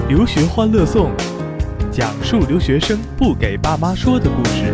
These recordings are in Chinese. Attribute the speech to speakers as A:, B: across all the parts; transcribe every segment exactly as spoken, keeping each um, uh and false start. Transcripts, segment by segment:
A: 留学欢乐颂，讲述留学生不给爸妈说的故事。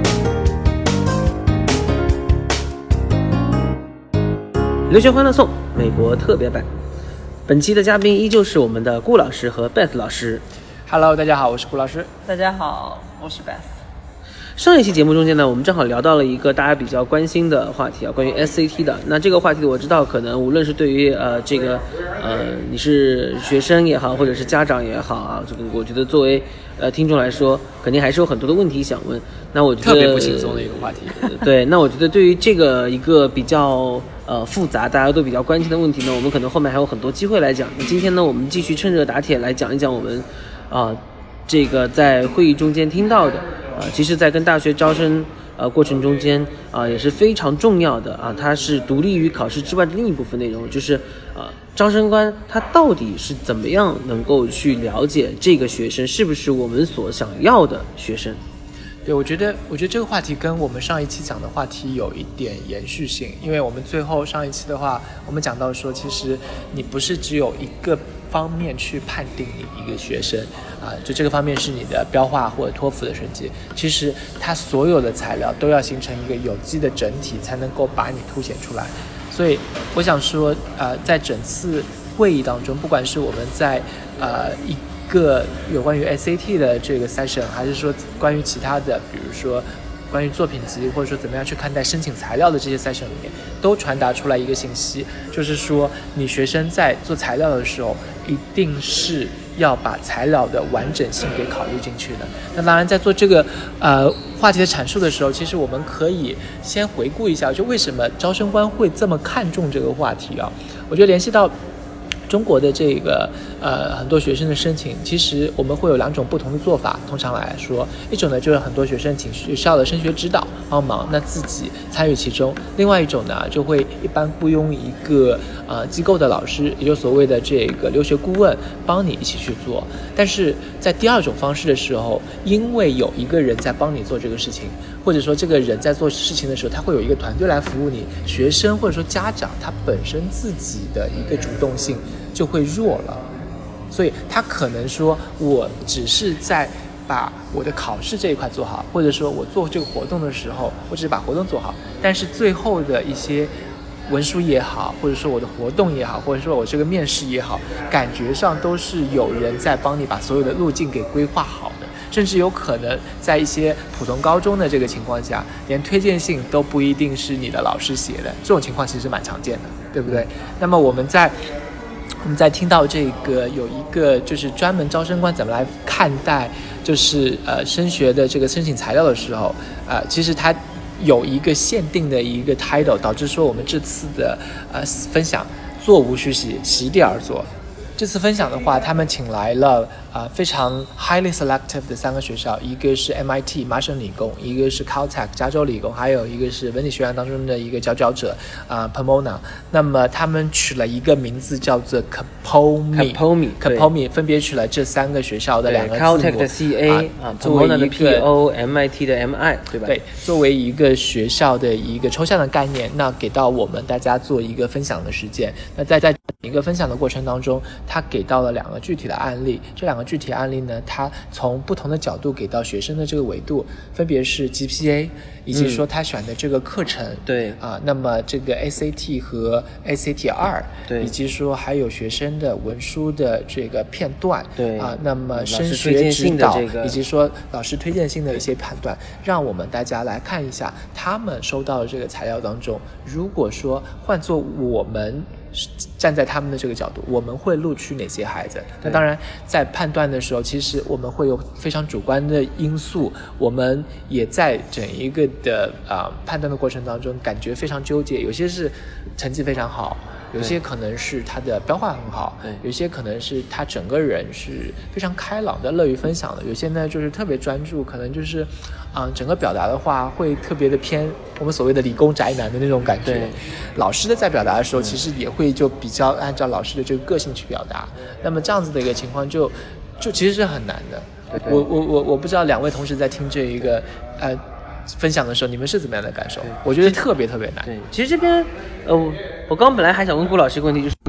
B: 留学欢乐颂美国特别版，本期的嘉宾依旧是我们的顾老师和 Beth 老师。
C: Hello， 大家好，我是顾老师。
D: 大家好，我是 Beth。
B: 上一期节目中间呢，我们正好聊到了一个大家比较关心的话题啊，关于 S A T 的。那这个话题我知道，可能无论是对于呃这个呃你是学生也好，或者是家长也好啊，这个我觉得作为呃听众来说，肯定还是有很多的问题想问。那我觉得
C: 特别不轻松的一个话题。
B: 对，那我觉得对于这个一个比较呃复杂，大家都比较关心的问题呢，我们可能后面还有很多机会来讲。那今天呢，我们继续趁热打铁来讲一讲我们啊、呃、这个在会议中间听到的。啊，其实在跟大学招生呃过程中间啊也是非常重要的啊，它是独立于考试之外的另一部分内容，就是啊招生官他到底是怎么样能够去了解这个学生是不是我们所想要的学生。
C: 对，我觉得我觉得这个话题跟我们上一期讲的话题有一点延续性，因为我们最后上一期的话，我们讲到说，其实你不是只有一个方面去判定你一个学生啊，就这个方面是你的标化或者托福的成绩，其实它所有的材料都要形成一个有机的整体，才能够把你凸显出来。所以我想说，呃，在整次会议当中，不管是我们在呃一一个有关于 S A T 的这个 session， 还是说关于其他的，比如说关于作品集，或者说怎么样去看待申请材料的这些 session 里面，都传达出来一个信息，就是说你学生在做材料的时候，一定是要把材料的完整性给考虑进去的。那当然，在做这个呃话题的阐述的时候，其实我们可以先回顾一下，就为什么招生官会这么看重这个话题啊？我觉得联系到中国的这个呃很多学生的申请，其实我们会有两种不同的做法。通常来说，一种呢就是很多学生请学校的升学指导帮忙，那自己参与其中；另外一种呢，就会一般雇佣一个呃机构的老师，也就是所谓的这个留学顾问，帮你一起去做。但是在第二种方式的时候，因为有一个人在帮你做这个事情，或者说这个人在做事情的时候，他会有一个团队来服务你，学生或者说家长他本身自己的一个主动性就会弱了。所以他可能说我只是在把我的考试这一块做好，或者说我做这个活动的时候我只是把活动做好，但是最后的一些文书也好，或者说我的活动也好，或者说我这个面试也好，感觉上都是有人在帮你把所有的路径给规划好的，甚至有可能在一些普通高中的这个情况下，连推荐信都不一定是你的老师写的，这种情况其实蛮常见的，对不对？那么我们在我们在听到这个有一个就是专门招生官怎么来看待就是呃升学的这个申请材料的时候，呃其实它有一个限定的一个 title， 导致说我们这次的呃分享座无虚席，席地而坐。这次分享的话，他们请来了啊、呃、非常 highly selective 的三个学校，一个是 M I T 麻省理工，一个是 Caltech 加州理工，还有一个是文理学院当中的一个佼佼者啊、呃、Pomona。那么他们取了一个名字叫做 Capomi
B: Capomi
C: Capomi， 分别取了这三个学校的两个字母
B: Caltech 的 C A 啊 Pomona 的 P O M I T 的 M I， 对吧？
C: 对，作为一个学校的一个抽象的概念，那给到我们大家做一个分享的实践。那在在一个分享的过程当中，他给到了两个具体的案例，这两个具体案例呢，他从不同的角度给到学生的这个维度，分别是 G P A， 以及说他选的这个课程，
B: 嗯、对
C: 啊，那么这个 S A T 和 S A T 二，
B: 对，
C: 以及说还有学生的文书的这个片段，
B: 对
C: 啊，那么升学指导，
B: 这个、
C: 以及说老师推荐信的一些判断，让我们大家来看一下他们收到的这个材料当中，如果说换作我们站在他们的这个角度，我们会录取哪些孩子？那当然在判断的时候，其实我们会有非常主观的因素，我们也在整一个的啊、呃、判断的过程当中感觉非常纠结，有些是成绩非常好，有些可能是他的标化很好，有些可能是他整个人是非常开朗的，乐于分享的，有些呢就是特别专注，可能就是啊、呃、整个表达的话会特别的偏我们所谓的理工宅男的那种感觉。老师的在表达的时候，其实也会就比较按照老师的这个个性去表达。那么这样子的一个情况就，就其实是很难的。
B: 对对，
C: 我我我我不知道两位同事在听这一个呃分享的时候，你们是怎么样的感受？我觉得特别特别难。
B: 对，其实这边呃，我刚本来还想问顾老师一个问题，就是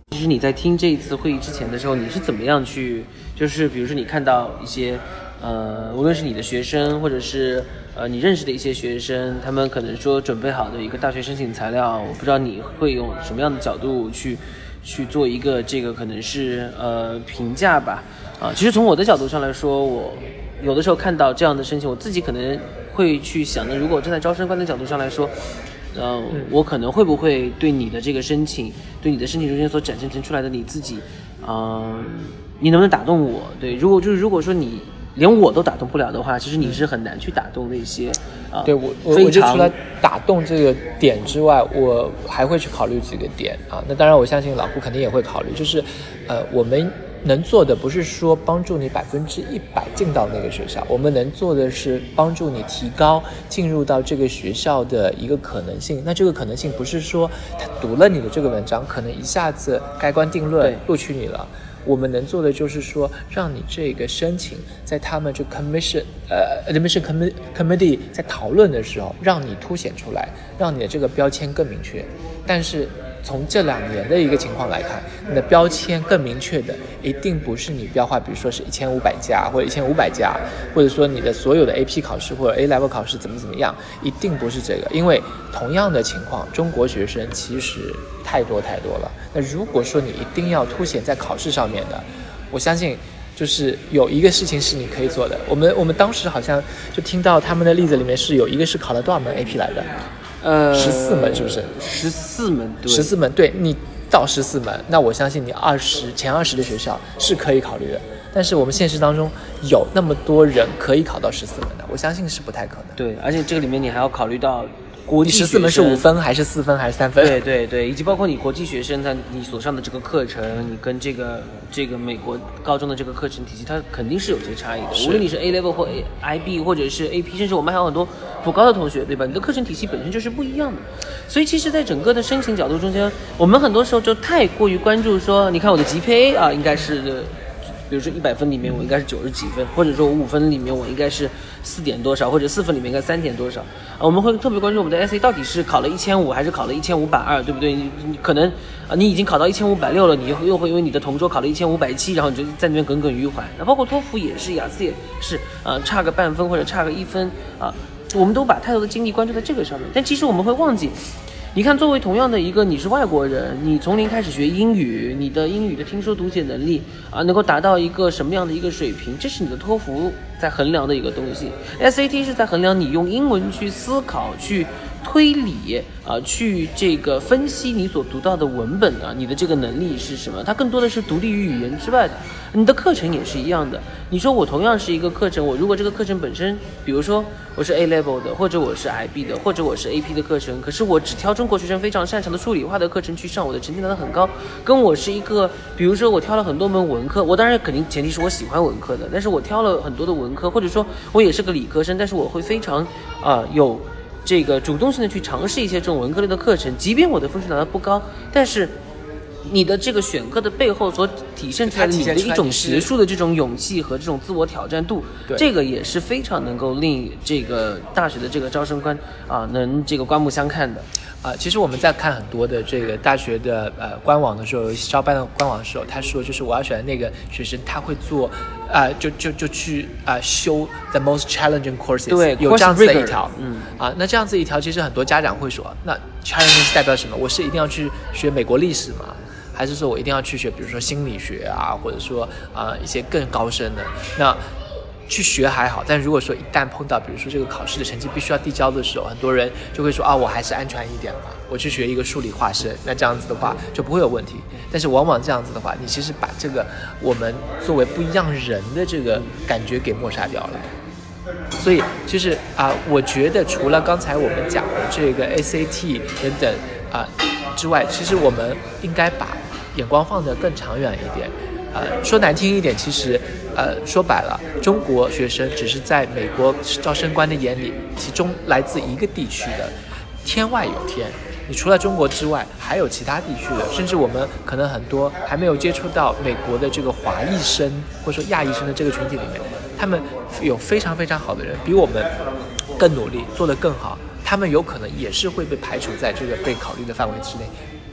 B: 其实你在听这一次会议之前的时候，你是怎么样去，就是比如说你看到一些，呃，无论是你的学生，或者是呃你认识的一些学生，他们可能说准备好的一个大学申请材料，我不知道你会用什么样的角度去去做一个这个可能是呃评价吧。啊，其实从我的角度上来说，我有的时候看到这样的申请，我自己可能会去想的，如果站在招生官的角度上来说。呃，我可能会不会对你的这个申请，对你的申请中间所展现出来的你自己，嗯、呃，你能不能打动我？对，如果就是如果说你连我都打动不了的话，其实你是很难去打动那些啊、呃。
C: 对我，我我就除了打动这个点之外，我还会去考虑几个点啊。那当然，我相信老顾肯定也会考虑，就是呃，我们能做的不是说帮助你百分之一百进到那个学校，我们能做的是帮助你提高进入到这个学校的一个可能性。那这个可能性不是说他读了你的这个文章，可能一下子盖棺定论录取你了。我们能做的就是说，让你这个申请在他们这 commission 呃 admission committee 在讨论的时候，让你凸显出来，让你的这个标签更明确。但是从这两年的一个情况来看，你的标签更明确的一定不是你标化，比如说是一千五百家或者一千五百家，或者说你的所有的 A P 考试或者 A level 考试怎么怎么样，一定不是这个。因为同样的情况，中国学生其实太多太多了。那如果说你一定要凸显在考试上面的，我相信就是有一个事情是你可以做的。我们我们当时好像就听到他们的例子里面是有一个是考了多少门 A P 来的？
B: 呃，
C: 十四门是不是？
B: 十四门，对，
C: 十四门，对，你到十四门，那我相信你二十前二十的学校是可以考虑的。但是我们现实当中有那么多人可以考到十四门的，我相信是不太可能。
B: 对，而且这个里面你还要考虑到国际学生，
C: 十四门是五分还是四分还是三分？
B: 对对对，以及包括你国际学生，他你所上的这个课程，你跟这个这个美国高中的这个课程体系，它肯定是有些差异的。无论你是 A level 或 I B 或者是 A P， 甚至我们还有很多普高的同学，对吧？你的课程体系本身就是不一样的。所以其实，在整个的申请角度中间，我们很多时候就太过于关注说，你看我的 G P A 啊，应该是。比如说一百分里面我应该是九十几分，或者说我五分里面我应该是四点多少，或者四分里面应该三点多少啊？我们会特别关注我们的 S A 到底是考了一千五还是考了一千五百二，对不对？你你可能啊，你已经考到一千五百六了，你又会因为你的同桌考了一千五百七，然后你就在那边耿耿于怀。那包括托福也是，雅思也是，啊，差个半分或者差个一分啊，我们都把太多的精力关注在这个上面，但其实我们会忘记。你看，作为同样的一个你是外国人，你从零开始学英语，你的英语的听说读写能力啊，能够达到一个什么样的一个水平，这是你的托福在衡量的一个东西。S A T 是在衡量你用英文去思考、去推理啊，去这个分析你所读到的文本啊，你的这个能力是什么？它更多的是独立于语言之外的。你的课程也是一样的。你说我同样是一个课程，我如果这个课程本身，比如说我是 A level 的，或者我是 I B 的，或者我是 A P 的课程，可是我只挑中国学生非常擅长的数理化的课程去上，我的成绩拿得很高。跟我是一个，比如说我挑了很多门文科，我当然肯定前提是我喜欢文科的，但是我挑了很多的文科，或者说我也是个理科生，但是我会非常啊、呃、有这个主动性的去尝试一些这种文科类的课程，即便我的分数拿得不高，但是你的这个选课的背后所体现出来的你的一种学术的这种勇气和这种自我挑战度，这个也是非常能够令这个大学的这个招生官啊能这个刮目相看的。
C: 啊、呃，其实我们在看很多的这个大学的呃官网的时候，招班的官网的时候，他说就是我要选的那个学生，他会做啊、呃，就就就去啊、呃、修 the most challenging courses，
B: 对，
C: 有这样子的一条，
B: 嗯
C: 啊，那这样子一条，其实很多家长会说，那 challenging 是代表什么？我是一定要去学美国历史吗？还是说我一定要去学，比如说心理学啊，或者说啊、呃、一些更高深的那。去学还好，但如果说一旦碰到比如说这个考试的成绩必须要递交的时候，很多人就会说啊，我还是安全一点吧，我去学一个数理化生，那这样子的话就不会有问题。但是往往这样子的话，你其实把这个我们作为不一样人的这个感觉给抹杀掉了。所以其实啊、呃，我觉得除了刚才我们讲的这个 S A T 等等啊、呃、之外，其实我们应该把眼光放得更长远一点。呃，说难听一点，其实，呃，说白了，中国学生只是在美国招生官的眼里，其中来自一个地区的，天外有天。你除了中国之外，还有其他地区的，甚至我们可能很多还没有接触到美国的这个华裔生或者说亚裔生的这个群体里面，他们有非常非常好的人，比我们更努力，做得更好，他们有可能也是会被排除在这个被考虑的范围之内。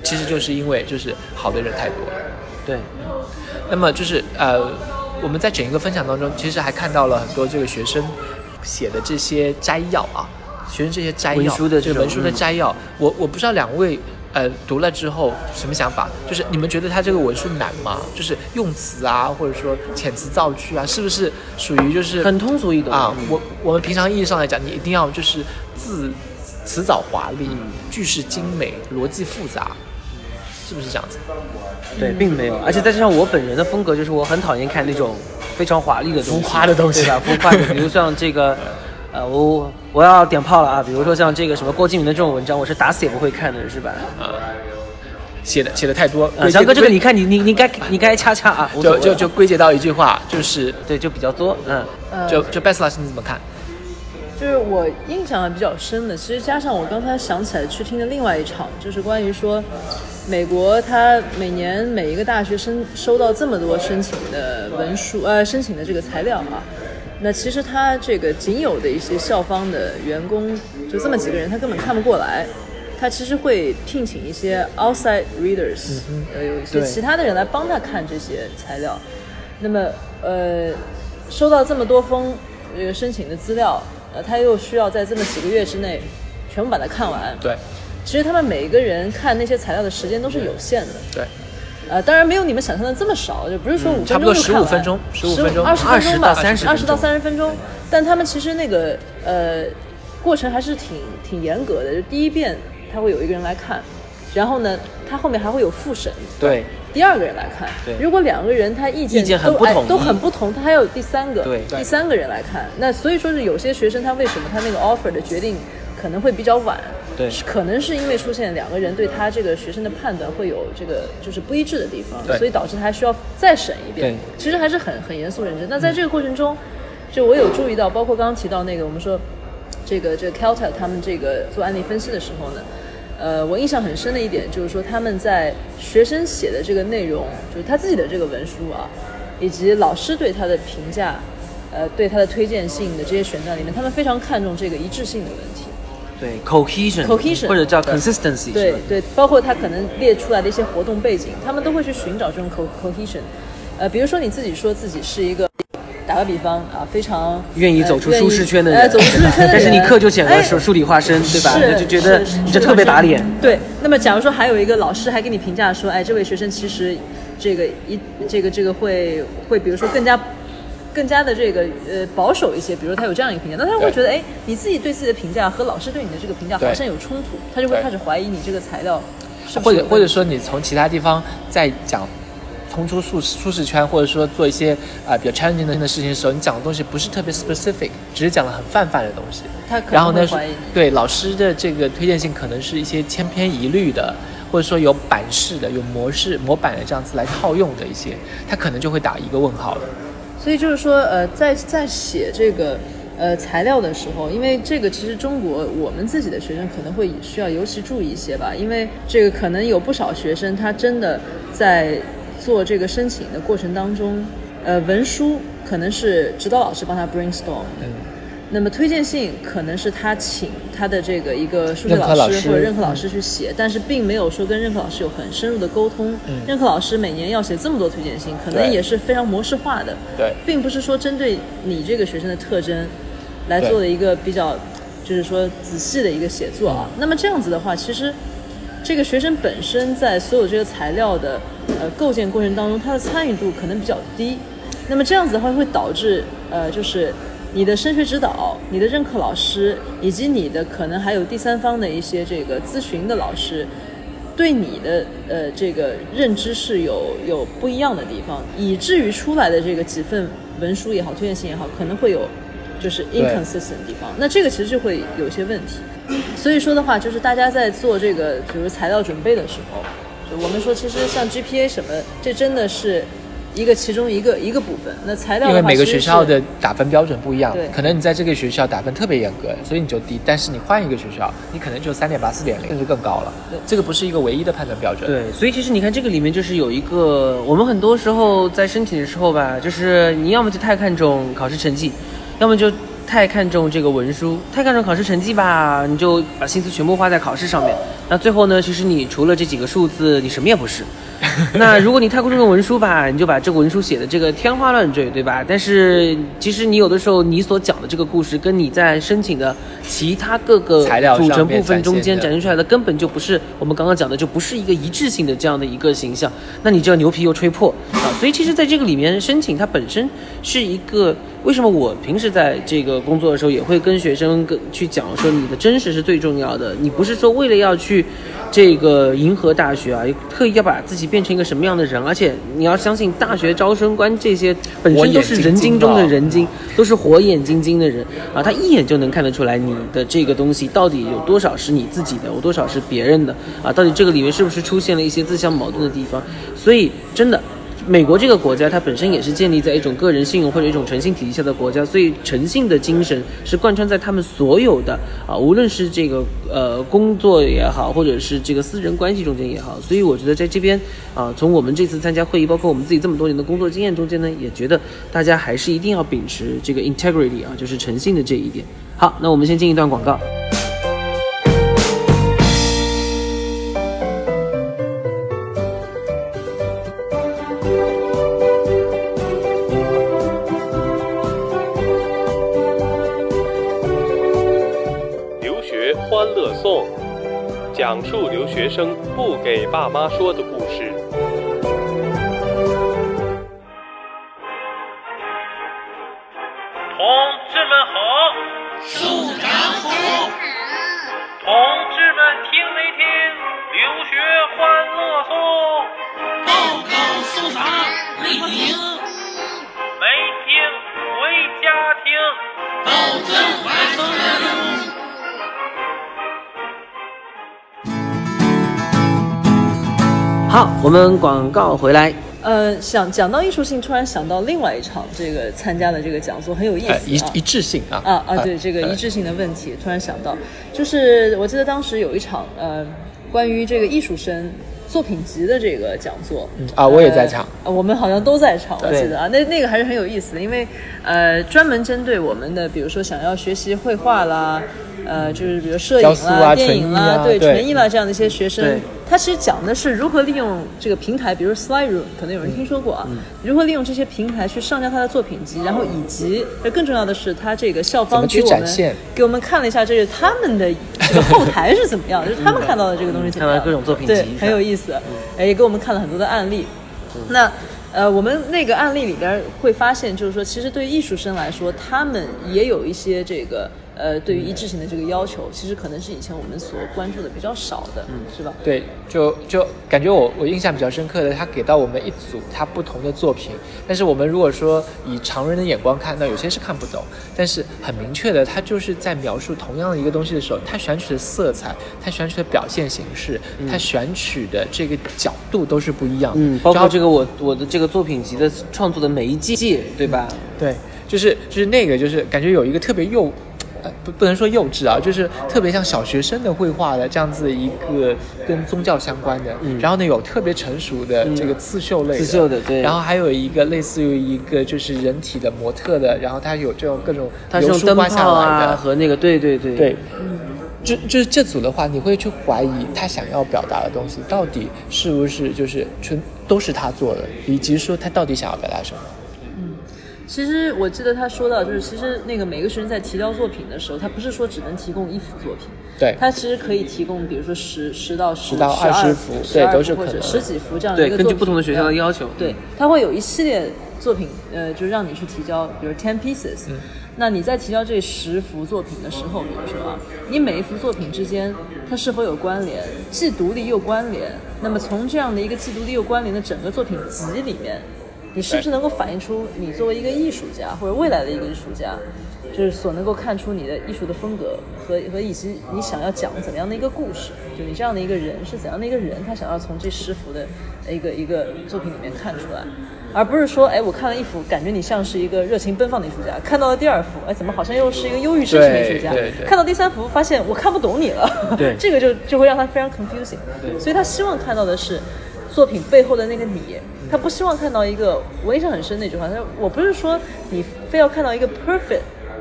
C: 其实就是因为就是好的人太多了。
B: 对，
C: 那么就是呃，我们在整一个分享当中，其实还看到了很多这个学生写的这些摘要啊，学生这些摘要
B: 文书的
C: 这个文书的摘要，嗯、我我不知道两位呃读了之后什么想法？就是你们觉得他这个文书难吗？就是用词啊，或者说遣词造句啊，是不是属于就是
B: 很通俗易懂
C: 啊？我我们平常意义上来讲，你一定要就是字词藻华丽、嗯、句式精美、逻辑复杂。是不是这样子？
B: 对，并没有，而且再加上我本人的风格，就是我很讨厌看那种非常华丽的东西、
C: 浮夸的东西，
B: 对吧？浮夸的，比如像这个，呃，我我要点炮了啊！比如说像这个什么郭敬明的这种文章，我是打死也不会看的，是吧？啊、呃，
C: 写的写的太多。
B: 呃，翔哥，这个你看你你你该你该掐掐啊！
C: 就就就归结到一句话，就是
B: 对，就比较多，嗯，
C: 就就 Bess 老师你怎么看？
D: 就是我印象还比较深的，其实加上我刚才想起来去听的另外一场，就是关于说美国它每年每一个大学生收到这么多申请的文书呃申请的这个材料啊，那其实他这个仅有的一些校方的员工就这么几个人，他根本看不过来，他其实会聘请一些 outside readers、嗯、呃有一些其他的人来帮他看这些材料。那么呃收到这么多封这个申请的资料，呃，他又需要在这么几个月之内全部把它看完。
C: 对，
D: 其实他们每一个人看那些材料的时间都是有限的。
C: 对，
D: 呃，当然没有你们想象的这么少，就不是说五分钟就看完、嗯、差不多
C: 十五分钟，十五分钟，
D: 二十分钟吧，
B: 三十
D: 二十到三十分钟。但他们其实那个呃过程还是挺挺严格的，就第一遍他会有一个人来看，然后呢，他后面还会有复审。
B: 对。
D: 第二个人来看，
B: 对，
D: 如果两个人他意见都
B: 意见很不同、
D: 哎、都很不同，他还有第三个，
B: 对，
D: 第三个人来看。那所以说是有些学生他为什么他那个 offer 的决定可能会比较晚，
B: 对，
D: 可能是因为出现两个人对他这个学生的判断会有这个就是不一致的地方，所以导致他需要再审一遍。其实还是很很严肃认真。那在这个过程中，就我有注意到，包括刚刚提到那个我们说这个这个 Caltech 他们这个做案例分析的时候呢。呃，我印象很深的一点就是说，他们在学生写的这个内容，就是他自己的这个文书啊，以及老师对他的评价，呃，对他的推荐信的这些选段里面，他们非常看重这个一致性的问题。
B: 对 ，cohesion，
D: cohesion
B: 或者叫 consistency。
D: 对对，包括他可能列出来的一些活动背景，他们都会去寻找这种 cohesion。呃，比如说你自己说自己是一个。打个比方啊，非常
B: 愿意走出舒适圈的人，
D: 呃、走出舒适圈的人，
B: 但是你课就选了数数理化生，对吧？就觉得你这特别打脸。
D: 对，那么假如说还有一个老师还给你评价说，哎，这位学生其实这个一这个这个会会，比如说更加更加的这个呃保守一些，比如说他有这样一个评价，那他会觉得，哎，你自己对自己的评价和老师对你的这个评价好像有冲突，他就会开始怀疑你这个材料是不是，
C: 或者或者说你从其他地方再讲。冲出舒舒适圈，或者说做一些啊、呃、比较 challenging 的事情的时候，你讲的东西不是特别 specific， 只是讲了很泛泛的东西。
D: 他可能会怀疑你。
C: 然后呢，对老师的这个推荐信可能是一些千篇一律的，或者说有版式的、有模式模板的这样子来套用的一些，他可能就会打一个问号了。
D: 所以就是说，呃，在在写这个呃材料的时候，因为这个其实中国我们自己的学生可能会需要尤其注意一些吧，因为这个可能有不少学生他真的在做这个申请的过程当中，呃，文书可能是指导老师帮他 brainstorm，嗯，那么推荐信可能是他请他的这个一个数学老师或者任课老师去写，嗯、但是并没有说跟任课老师有很深入的沟通。嗯，任课老师每年要写这么多推荐信，可能也是非常模式化的，
C: 对，
D: 并不是说针对你这个学生的特征来做的一个比较，就是说仔细的一个写作啊。嗯、那么这样子的话，其实这个学生本身在所有这个材料的呃构建过程当中，他的参与度可能比较低。那么这样子的话，会导致呃就是你的升学指导、你的任课老师以及你的可能还有第三方的一些这个咨询的老师，对你的呃这个认知是有有不一样的地方，以至于出来的这个几份文书也好、推荐信也好，可能会有就是 inconsistent 的地方。那这个其实就会有些问题。所以说的话，就是大家在做这个比如材料准备的时候，就我们说其实像 G P A 什么，这真的是一个其中一个一个部分。那材料的话，
C: 因为每个学校的打分标准不一样，
D: 对，
C: 可能你在这个学校打分特别严格，所以你就低，但是你换一个学校，你可能就三点八、四点零，甚至更高了。这个不是一个唯一的判断标准。
B: 对，所以其实你看这个里面就是有一个，我们很多时候在申请的时候吧，就是你要么就太看重考试成绩，要么就太看重这个文书，太看重考试成绩吧，你就把心思全部花在考试上面。 那最后呢，其实你除了这几个数字，你什么也不是。那如果你太过注重文书吧，你就把这个文书写的这个天花乱坠，对吧？但是其实你有的时候你所讲的这个故事，跟你在申请的其他各个组成部分中间展现出来的，根本就不是我们刚刚讲的，就不是一个一致性的这样的一个形象。那你这牛皮又吹破啊！所以其实在这个里面，申请它本身是一个。为什么我平时在这个工作的时候也会跟学生跟去讲说，你的真实是最重要的，你不是说为了要去这个迎合大学啊，特意要把自己变成一个什么样的人，而且你要相信大学招生官这些本身都是人精中的人精，都是火眼金睛的人啊，他一眼就能看得出来你的这个东西到底有多少是你自己的，有多少是别人的啊，到底这个里面是不是出现了一些自相矛盾的地方。所以真的美国这个国家它本身也是建立在一种个人信用或者一种诚信体系下的国家，所以诚信的精神是贯穿在他们所有的啊，无论是这个呃工作也好，或者是这个私人关系中间也好。所以我觉得在这边啊，从我们这次参加会议，包括我们自己这么多年的工作经验中间呢，也觉得大家还是一定要秉持这个 integrity 啊，就是诚信的这一点。好，那我们先进一段广告。
A: 欢乐颂，讲述留学生不给爸妈说的故事。
E: 同志们好，署长好，同志们听没听留学欢乐颂？报告署长，没听，没听回家听，保证完成任务。
B: 好，我们广告回来。
D: 呃，想讲到艺术性，突然想到另外一场这个参加的这个讲座很有意思、啊
C: 呃、一一致性啊
D: 啊啊，对、呃、这个一致性的问题，突然想到，就是我记得当时有一场呃关于这个艺术生作品集的这个讲座、
C: 嗯、啊，我也在场、
D: 呃，我们好像都在场，我记得啊，那那个还是很有意思的，因为呃专门针对我们的，比如说想要学习绘画啦。呃，就是比如摄影啦、
C: 啊、
D: 电影啦、
C: 啊、
D: 对
C: 纯
D: 艺啦这样的一些学生，他其实讲的是如何利用这个平台，比如 Slide Room， 可能有人听说过啊、嗯，如何利用这些平台去上架他的作品集，然后以及更重要的是，他这个校方给我们给我们看了一下，这是他们的这个后台是怎么样的，就是他们看到的这个东西怎么样，
B: 看完各种作品集，
D: 对，很有意思，哎，也给我们看了很多的案例。嗯、那。呃，我们那个案例里边会发现，就是说，其实对于艺术生来说，他们也有一些这个呃，对于一致性的这个要求，其实可能是以前我们所关注的比较少的，嗯，是吧？
C: 对，就就感觉我我印象比较深刻的，他给到我们一组他不同的作品，但是我们如果说以常人的眼光看，那有些是看不懂，但是很明确的，他就是在描述同样的一个东西的时候，他选取的色彩，他选取的表现形式，嗯、他选取的这个角度都是不一样的，
B: 嗯，包括这个我我的这个作品集的创作的媒介，对吧？
C: 对，就是就是那个就是感觉有一个特别幼。不不能说幼稚啊，就是特别像小学生的绘画的这样子一个跟宗教相关的，嗯、然后呢有特别成熟的这个刺绣类的，
B: 刺绣的对，
C: 然后还有一个类似于一个就是人体的模特的，然后它有这种各种
B: 它是用灯泡啊和那个对对对
C: 对，嗯，就就是这组的话，你会去怀疑他想要表达的东西到底是不是就是纯都是他做的，以及说他到底想要表达什么。
D: 其实我记得他说到，就是其实那个每个学生在提交作品的时候，他不是说只能提供一幅作品，
C: 对，
D: 他其实可以提供，比如说十十到十
C: 十到二十幅，对，都是可能，
D: 或者十几幅这样的一个作品，
B: 对，根据不同的学校的要求，
D: 对，他会有一系列作品，呃，就让你去提交，比如 ten pieces，嗯，那你在提交这十幅作品的时候，比如说啊，你每一幅作品之间它是否有关联，既独立又关联，那么从这样的一个既独立又关联的整个作品集里面。你是不是能够反映出你作为一个艺术家或者未来的一个艺术家，就是所能够看出你的艺术的风格和和以及你想要讲怎么样的一个故事，就你这样的一个人是怎样的一个人，他想要从这十幅的一个一个作品里面看出来，而不是说，哎，我看了一幅，感觉你像是一个热情奔放的艺术家，看到了第二幅，哎，怎么好像又是一个忧郁深沉的艺术家？
C: 对对，
D: 看到第三幅，发现我看不懂你了，
B: 对，
D: 这个就就会让他非常 confusing， 对，所以他希望看到的是作品背后的那个你。他不希望看到一个，我印象很深那句话，他说我不是说你非要看到一个 perfect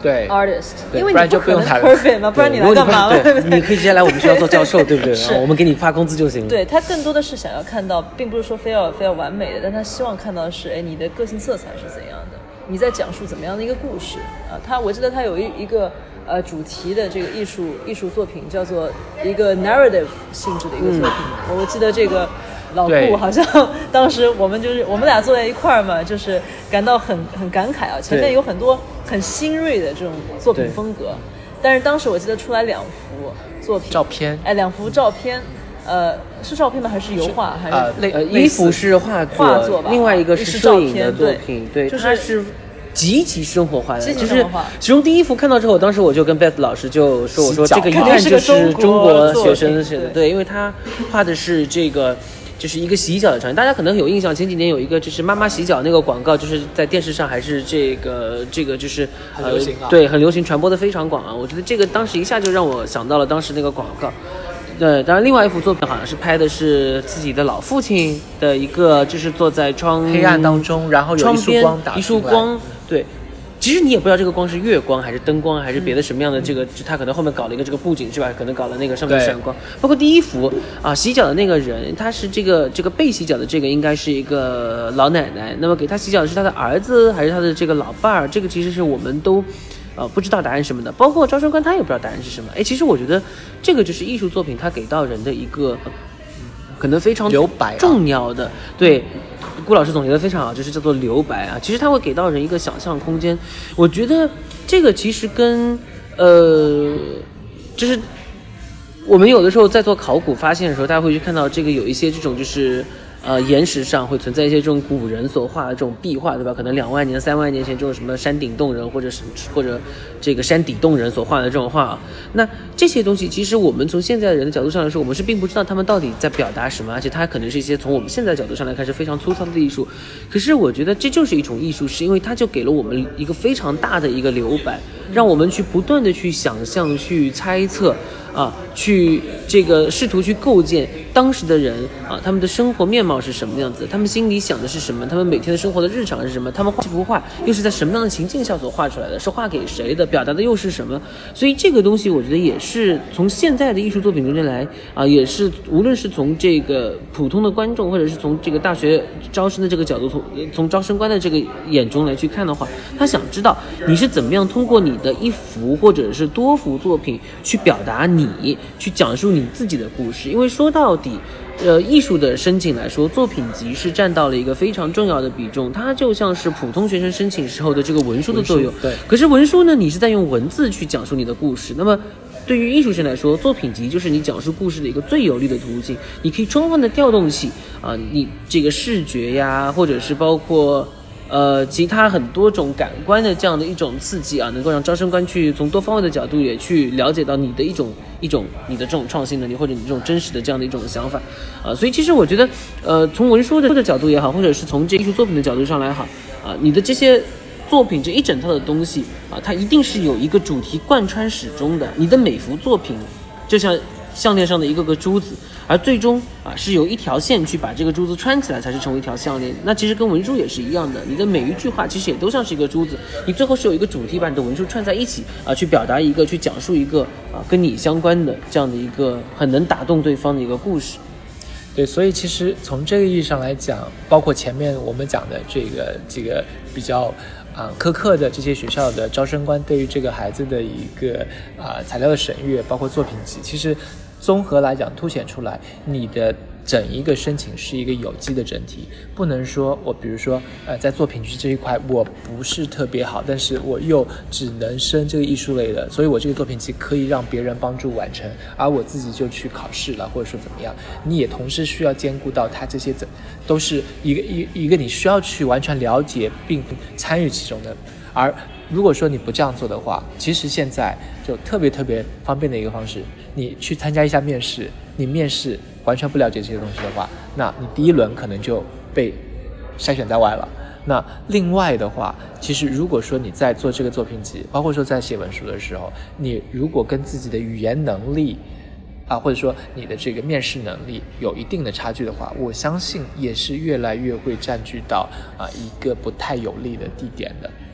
C: 对
D: artist，
C: 对
D: 因为
C: 不然就不
D: 你可能
C: 用谈了
D: perfect 嘛，不然你
B: 对
D: 来干嘛嘛？对不对？
B: 你可以直接来我们学校做教授，对不对？
D: 是
B: 啊我们给你发工资就行。
D: 对他更多的是想要看到，并不是说非要非要完美的，但他希望看到的是，哎，你的个性色彩是怎样的，你在讲述怎么样的一个故事啊？他我记得他有一一个呃主题的这个艺术艺术作品，叫做一个 narrative 性质的一个作品。嗯、我记得这个老顾好像当时我们就是我们俩坐在一块儿嘛，就是感到很很感慨啊，前面有很多很新锐的这种作品风格，但是当时我记得出来两幅作品
C: 照片，
D: 哎，两幅照片。呃，是照片吗？还是油画？还是
C: 呃，
B: 呃，一幅是画作，
D: 画作吧，
B: 另外一个是摄影的作品，对，
D: 就是
B: 它是极其生活化的，
D: 极其生活化。
B: 其中第一幅看到之后，当时我就跟 Beth 老师就说：“我说这个一看
D: 是
B: 就是中国学生
D: 写
B: 的，对，因为他画的是这个。”就是一个洗脚的场景，大家可能有印象，前几年有一个就是妈妈洗脚那个广告，就是在电视上还是这个这个就是
C: 很流行啊，
B: 呃、对，很流行，传播的非常广啊。我觉得这个当时一下就让我想到了当时那个广告。对，当然另外一幅作品好像是拍的是自己的老父亲的一个，就是坐在窗
C: 黑暗当中，然后有一束光打出来，
B: 一束光，对。其实你也不知道这个光是月光还是灯光还是别的什么样的这个，就他可能后面搞了一个这个布景是吧？可能搞了那个上面闪光。包括第一幅啊，洗脚的那个人，他是这个这个被洗脚的这个应该是一个老奶奶，那么给他洗脚的是他的儿子还是他的这个老伴儿？这个其实是我们都呃不知道答案什么的。包括招生官他也不知道答案是什么。哎，其实我觉得这个就是艺术作品它给到人的一个可能非常
C: 留白
B: 重要的，对。顾老师总结的非常好，就是叫做留白啊。其实它会给到人一个想象空间。我觉得这个其实跟呃，就是我们有的时候在做考古发现的时候，大家会去看到这个有一些这种就是呃岩石上会存在一些这种古人所画的这种壁画，对吧？可能两万年、三万年前这种什么山顶洞人或者是或者这个山底洞人所画的这种画啊。那这些东西其实我们从现在人的角度上来说，我们是并不知道他们到底在表达什么，而且它可能是一些从我们现在的角度上来看是非常粗糙的艺术。可是我觉得这就是一种艺术，是因为它就给了我们一个非常大的一个留白，让我们去不断的去想象、去猜测啊，去这个试图去构建当时的人啊，他们的生活面貌是什么样子，他们心里想的是什么，他们每天的生活的日常是什么，他们画这幅画又是在什么样的情境下所画出来的，是画给谁的，表达的又是什么。所以这个东西我觉得也是从现在的艺术作品中间来啊，也是无论是从这个普通的观众，或者是从这个大学招生的这个角度，从从招生官的这个眼中来去看的话，他想知道你是怎么样通过你的一幅或者是多幅作品去表达你，去讲述你自己的故事。因为说到底呃，艺术的申请来说，作品集是占到了一个非常重要的比重，它就像是普通学生申请时候的这个文书的作用。
C: 对。
B: 可是文书呢，你是在用文字去讲述你的故事，那么对于艺术生来说，作品集就是你讲述故事的一个最有力的途径。你可以充分的调动起啊，你这个视觉呀，或者是包括呃，其他很多种感官的这样的一种刺激啊，能够让招生官去从多方位的角度也去了解到你的一种一种你的这种创新能力，或者你这种真实的这样的一种想法啊。所以其实我觉得，呃，从文书的角度也好，或者是从这艺术作品的角度上来好啊，你的这些作品这一整套的东西啊，它一定是有一个主题贯穿始终的。你的每幅作品就像项链上的一个个珠子，而最终啊是由一条线去把这个珠子穿起来，才是成为一条项链。那其实跟文书也是一样的，你的每一句话其实也都像是一个珠子，你最后是有一个主题把你的文书串在一起啊，去表达一个，去讲述一个啊跟你相关的这样的一个很能打动对方的一个故事。
C: 对，所以其实从这个意义上来讲，包括前面我们讲的这个这个比较啊、呃、苛刻的这些学校的招生官对于这个孩子的一个啊、呃、材料的审阅，包括作品集，其实综合来讲凸显出来你的整一个申请是一个有机的整体，不能说我比如说呃在作品集这一块我不是特别好，但是我又只能申这个艺术类的，所以我这个作品集可以让别人帮助完成，而我自己就去考试了，或者说怎么样，你也同时需要兼顾到它这些怎都是一个一一个你需要去完全了解并参与其中的。而如果说你不这样做的话，其实现在就特别特别方便的一个方式，你去参加一下面试，你面试完全不了解这些东西的话，那你第一轮可能就被筛选在外了。那另外的话，其实如果说你在做这个作品集，包括说在写文书的时候，你如果跟自己的语言能力啊，或者说你的这个面试能力有一定的差距的话，我相信也是越来越会占据到啊一个不太有利的地点的。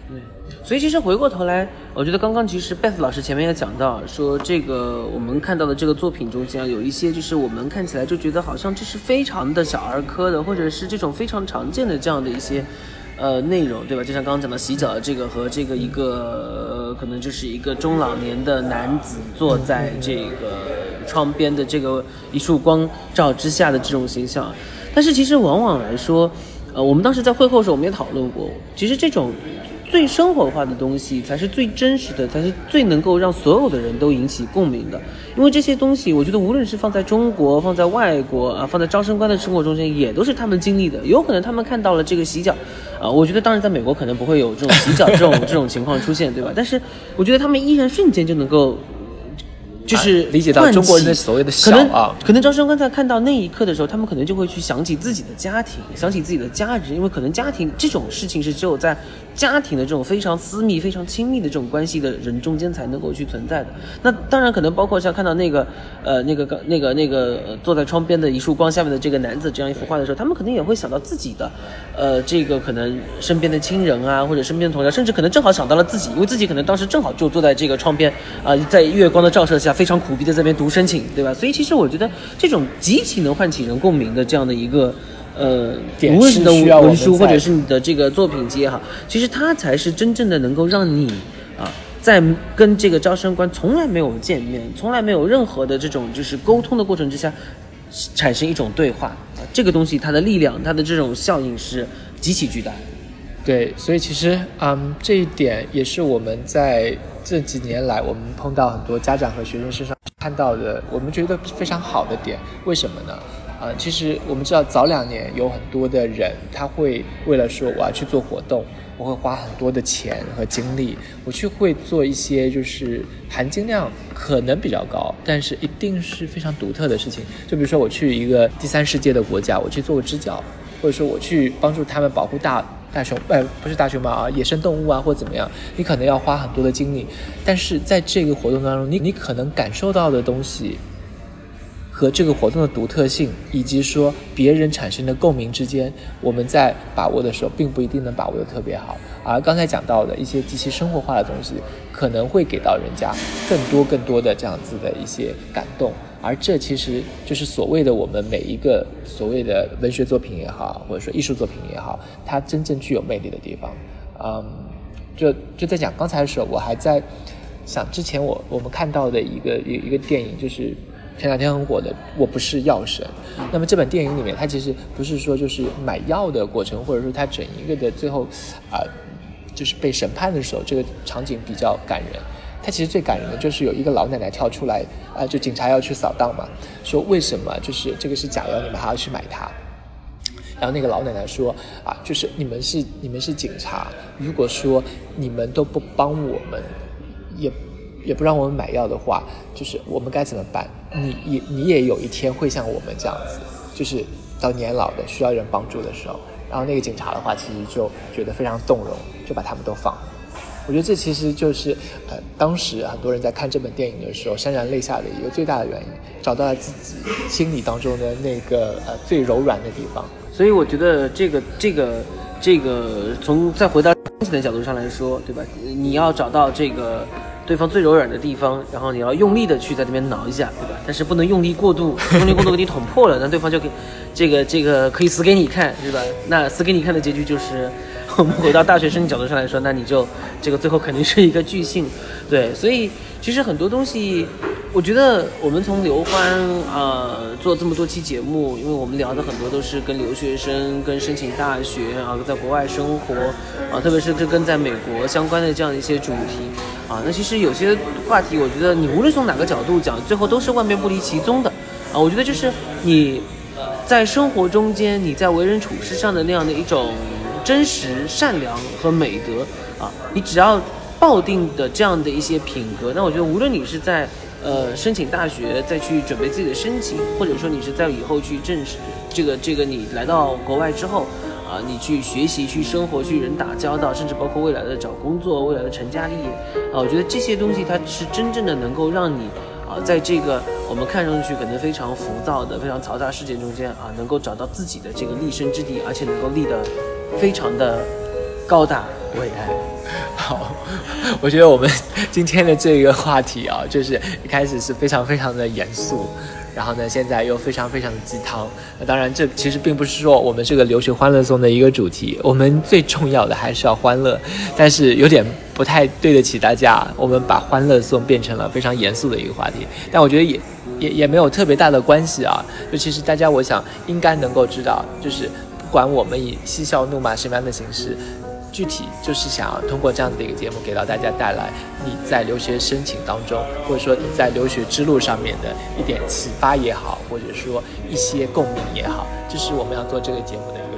B: 所以其实回过头来，我觉得刚刚其实 Beth 老师前面也讲到，说这个我们看到的这个作品中间有一些就是我们看起来就觉得好像这是非常的小儿科的，或者是这种非常常见的这样的一些呃内容，对吧？就像刚刚讲到洗脚的这个和这个一个、呃、可能就是一个中老年的男子坐在这个窗边的这个一束光照之下的这种形象，但是其实往往来说，呃，我们当时在会后的时候我们也讨论过，其实这种最生活化的东西才是最真实的，才是最能够让所有的人都引起共鸣的。因为这些东西我觉得无论是放在中国放在外国啊，放在招生官的生活中间也都是他们经历的。有可能他们看到了这个洗脚啊，我觉得当然在美国可能不会有这种洗脚这种这种情况出现，对吧？但是我觉得他们依然瞬间就能够就是
C: 理解到中国人的所谓的小啊，
B: 可能招生官在看到那一刻的时候，他们可能就会去想起自己的家庭，想起自己的家人，因为可能家庭这种事情是只有在家庭的这种非常私密、非常亲密的这种关系的人中间才能够去存在的。那当然可能包括像看到那个呃那个那个那个、呃、坐在窗边的一束光下面的这个男子这样一幅画的时候，他们肯定也会想到自己的呃这个可能身边的亲人啊，或者身边的同学，甚至可能正好想到了自己，因为自己可能当时正好就坐在这个窗边啊、呃，在月光的照射下非常苦逼的在那边读申请，对吧？所以其实我觉得这种极其能唤起人共鸣的这样的一个呃，无论是你的文书或者是你的这个作品集也好，其实它才是真正的能够让你啊，在跟这个招生官从来没有见面，从来没有任何的这种就是沟通的过程之下，产生一种对话啊，这个东西它的力量，它的这种效应是极其巨大的。
C: 对，所以其实嗯，这一点也是我们在这几年来我们碰到很多家长和学生身上看到的，我们觉得非常好的点。为什么呢？呃，其实我们知道早两年有很多的人，他会为了说我要去做活动，我会花很多的钱和精力，我去会做一些就是含金量可能比较高，但是一定是非常独特的事情。就比如说我去一个第三世界的国家，我去做个支教，或者说我去帮助他们保护大大熊，呃，不是大熊猫啊，野生动物啊，或怎么样，你可能要花很多的精力，但是在这个活动当中，你你可能感受到的东西和这个活动的独特性，以及说别人产生的共鸣之间，我们在把握的时候并不一定能把握的特别好。而刚才讲到的一些极其生活化的东西，可能会给到人家更多更多的这样子的一些感动，而这其实就是所谓的我们每一个所谓的文学作品也好，或者说艺术作品也好，它真正具有魅力的地方。嗯，就就在讲刚才的时候，我还在想之前我我们看到的一个一一个电影，就是前两天很火的《我不是药神》。那么这本电影里面，它其实不是说就是买药的过程，或者说它整一个的最后啊、呃，就是被审判的时候，这个场景比较感人。它其实最感人的就是有一个老奶奶跳出来，啊、呃，就警察要去扫荡嘛，说为什么就是这个是假药，你们还要去买它？然后那个老奶奶说啊，就是你们是你们是警察，如果说你们都不帮我们，也也不让我们买药的话，就是我们该怎么办？你也你也有一天会像我们这样子，就是到年老的需要人帮助的时候。然后那个警察的话，其实就觉得非常动容，就把他们都放了。我觉得这其实就是呃，当时很多人在看这本电影的时候潸然泪下的一个最大的原因，找到了自己心里当中的那个呃最柔软的地方。
B: 所以我觉得这个这个这个从再回到亲情的角度上来说，对吧？你要找到这个对方最柔软的地方，然后你要用力的去在那边挠一下，对吧？但是不能用力过度，用力过度给你捅破了，那对方就给这个这个可以死给你看，对吧？那死给你看的结局就是，我们回到大学生角度上来说，那你就这个最后肯定是一个巨星，对。所以其实很多东西，我觉得我们从刘欢呃做这么多期节目，因为我们聊的很多都是跟留学生、跟申请大学啊，在国外生活啊，特别是跟在美国相关的这样的一些主题啊。那其实有些话题，我觉得你无论从哪个角度讲，最后都是万变不离其宗的啊。我觉得就是你在生活中间，你在为人处事上的那样的一种真实、善良和美德啊，你只要抱定的这样的一些品格，那我觉得无论你是在呃申请大学再去准备自己的申请，或者说你是在以后去正式这个这个你来到国外之后啊，你去学习、去生活、去人打交道，甚至包括未来的找工作、未来的成家立业啊，我觉得这些东西它是真正的能够让你啊，在这个我们看上去可能非常浮躁的、非常嘈杂世界中间啊，能够找到自己的这个立身之地，而且能够立得非常的高大为爱。
C: 好，我觉得我们今天的这个话题啊，就是一开始是非常非常的严肃，然后呢，现在又非常非常的鸡汤。那当然，这其实并不是说我们这个留学欢乐颂的一个主题，我们最重要的还是要欢乐，但是有点不太对得起大家，我们把欢乐颂变成了非常严肃的一个话题。但我觉得也也也没有特别大的关系啊，就其实大家我想应该能够知道，就是不管我们以嬉笑怒骂什么样的形式。具体就是想要通过这样子的一个节目给到大家带来你在留学申请当中，或者说你在留学之路上面的一点启发也好，或者说一些共鸣也好，这是我们要做这个节目的